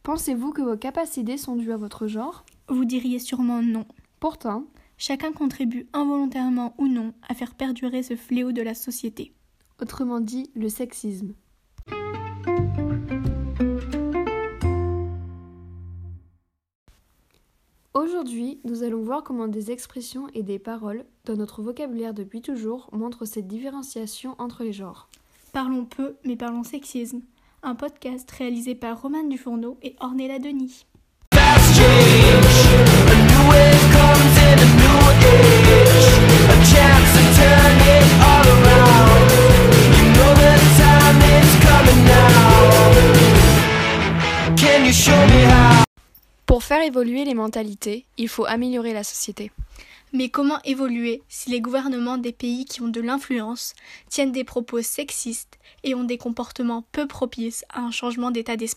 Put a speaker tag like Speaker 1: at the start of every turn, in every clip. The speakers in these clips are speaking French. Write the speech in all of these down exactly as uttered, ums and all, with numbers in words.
Speaker 1: Pensez-vous que vos capacités sont dues à votre genre ?
Speaker 2: Vous diriez sûrement non.
Speaker 1: Pourtant,
Speaker 2: chacun contribue involontairement ou non à faire perdurer ce fléau de la société.
Speaker 1: Autrement dit, le sexisme. Aujourd'hui, nous allons voir comment des expressions et des paroles, dans notre vocabulaire depuis toujours, montrent cette différenciation entre les genres.
Speaker 2: Parlons peu, mais parlons sexisme. Un podcast réalisé par Romane Dufourneau et Ornella Denis.
Speaker 1: Pour faire évoluer les mentalités, il faut améliorer la société.
Speaker 2: Mais comment évoluer si les gouvernements des pays qui ont de l'influence tiennent des propos sexistes et ont des comportements peu propices à un changement d'état d'esprit ?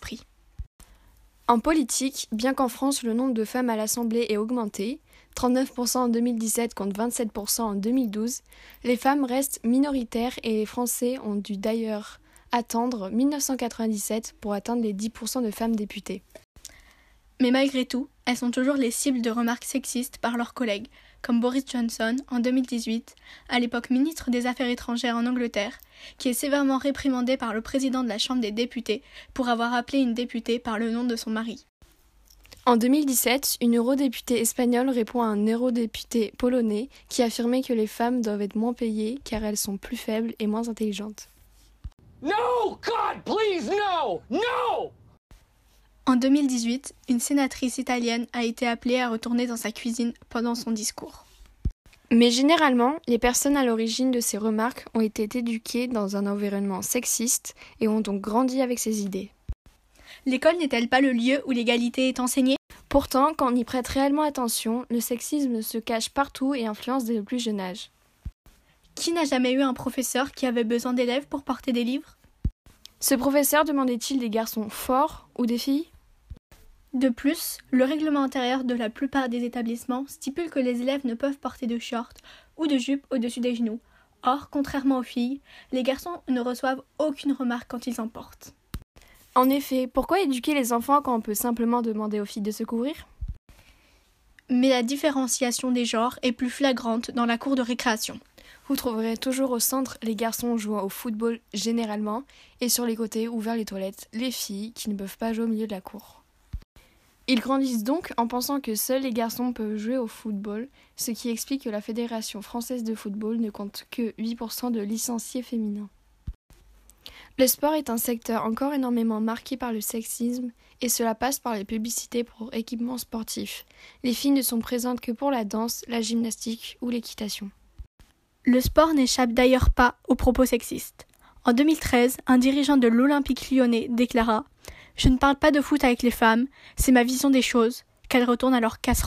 Speaker 1: En politique, bien qu'en France le nombre de femmes à l'Assemblée ait augmenté, trente-neuf pour cent en deux mille dix-sept contre vingt-sept pour cent en deux mille douze, les femmes restent minoritaires et les Français ont dû d'ailleurs attendre mille neuf cent quatre-vingt-dix-sept pour atteindre les dix pour cent de femmes députées.
Speaker 2: Mais malgré tout, elles sont toujours les cibles de remarques sexistes par leurs collègues, comme Boris Johnson en deux mille dix-huit, à l'époque ministre des Affaires étrangères en Angleterre, qui est sévèrement réprimandé par le président de la Chambre des députés pour avoir appelé une députée par le nom de son mari.
Speaker 1: En deux mille dix-sept, une eurodéputée espagnole répond à un eurodéputé polonais qui affirmait que les femmes doivent être moins payées car elles sont plus faibles et moins intelligentes.
Speaker 3: No, God, please, no, no!
Speaker 2: En deux mille dix-huit, une sénatrice italienne a été appelée à retourner dans sa cuisine pendant son discours.
Speaker 1: Mais généralement, les personnes à l'origine de ces remarques ont été éduquées dans un environnement sexiste et ont donc grandi avec ces idées.
Speaker 2: L'école n'est-elle pas le lieu où l'égalité est enseignée ?
Speaker 1: Pourtant, quand on y prête réellement attention, le sexisme se cache partout et influence dès le plus jeune âge.
Speaker 2: Qui n'a jamais eu un professeur qui avait besoin d'élèves pour porter des livres ?
Speaker 1: Ce professeur demandait-il des garçons forts ou des filles ?
Speaker 2: De plus, le règlement intérieur de la plupart des établissements stipule que les élèves ne peuvent porter de shorts ou de jupes au-dessus des genoux. Or, contrairement aux filles, les garçons ne reçoivent aucune remarque quand ils en portent.
Speaker 1: En effet, pourquoi éduquer les enfants quand on peut simplement demander aux filles de se couvrir ?
Speaker 2: Mais la différenciation des genres est plus flagrante dans la cour de récréation.
Speaker 1: Vous trouverez toujours au centre les garçons jouant au football généralement et sur les côtés ou vers les toilettes les filles qui ne peuvent pas jouer au milieu de la cour. Ils grandissent donc en pensant que seuls les garçons peuvent jouer au football, ce qui explique que la Fédération française de football ne compte que huit pour cent de licenciés féminins. Le sport est un secteur encore énormément marqué par le sexisme et cela passe par les publicités pour équipements sportifs. Les filles ne sont présentes que pour la danse, la gymnastique ou l'équitation.
Speaker 2: Le sport n'échappe d'ailleurs pas aux propos sexistes. En deux mille treize, un dirigeant de l'Olympique lyonnais déclara « Je ne parle pas de foot avec les femmes, c'est ma vision des choses, qu'elles retournent à leur casserole. »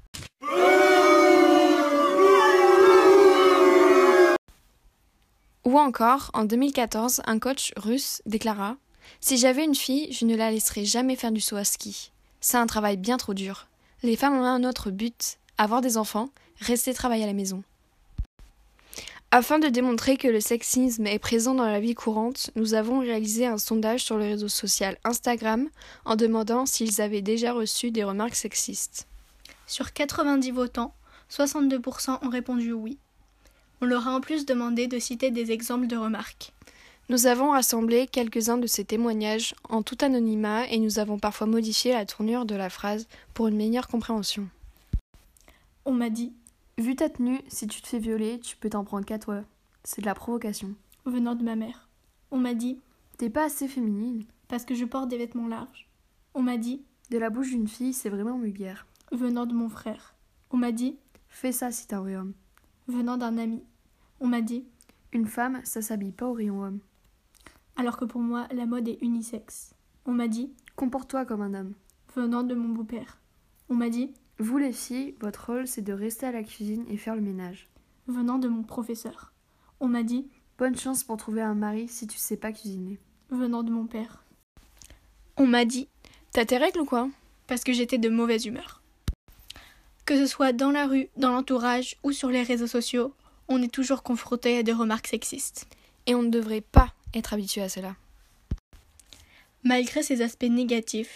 Speaker 1: Ou encore, en deux mille quatorze, un coach russe déclara « Si j'avais une fille, je ne la laisserais jamais faire du saut à ski. C'est un travail bien trop dur. Les femmes ont un autre but, avoir des enfants, rester travailler à la maison. » Afin de démontrer que le sexisme est présent dans la vie courante, nous avons réalisé un sondage sur le réseau social Instagram en demandant s'ils avaient déjà reçu des remarques sexistes.
Speaker 2: Sur quatre-vingt-dix votants, soixante-deux pour cent ont répondu oui. On leur a en plus demandé de citer des exemples de remarques.
Speaker 1: Nous avons rassemblé quelques-uns de ces témoignages en tout anonymat et nous avons parfois modifié la tournure de la phrase pour une meilleure compréhension.
Speaker 2: On m'a dit
Speaker 1: « Vu ta tenue, si tu te fais violer, tu peux t'en prendre qu'à toi. C'est de la provocation. »
Speaker 2: Venant de ma mère. On m'a dit
Speaker 1: « T'es pas assez féminine. »
Speaker 2: Parce que je porte des vêtements larges. On m'a dit
Speaker 1: De la bouche d'une fille, c'est vraiment vulgaire.
Speaker 2: Venant de mon frère. On m'a dit
Speaker 1: Fais ça si t'es un vrai homme.
Speaker 2: Venant d'un ami. On m'a dit
Speaker 1: Une femme, ça s'habille pas au rayon homme.
Speaker 2: Alors que pour moi, la mode est unisexe. On m'a dit
Speaker 1: Comporte-toi comme un homme.
Speaker 2: Venant de mon beau-père. On m'a dit
Speaker 1: Vous les filles, votre rôle c'est de rester à la cuisine et faire le ménage.
Speaker 2: Venant de mon professeur. On m'a dit
Speaker 1: Bonne chance pour trouver un mari si tu sais pas cuisiner.
Speaker 2: Venant de mon père. On m'a dit
Speaker 1: T'as tes règles ou quoi ?
Speaker 2: Parce que j'étais de mauvaise humeur. Que ce soit dans la rue, dans l'entourage ou sur les réseaux sociaux, on est toujours confronté à des remarques sexistes.
Speaker 1: Et on ne devrait pas être habitué à cela.
Speaker 2: Malgré ces aspects négatifs,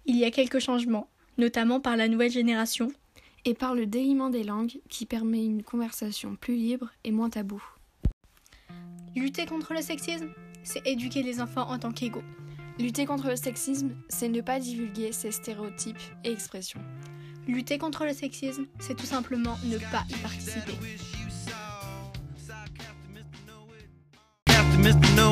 Speaker 2: Il y a quelques changements, notamment par la nouvelle génération,
Speaker 1: et par le déliement des langues qui permet une conversation plus libre et moins taboue.
Speaker 2: Lutter contre le sexisme, c'est éduquer les enfants en tant qu'égaux.
Speaker 1: Lutter contre le sexisme, c'est ne pas divulguer ces stéréotypes et expressions.
Speaker 2: Lutter contre le sexisme, c'est tout simplement ne pas y participer.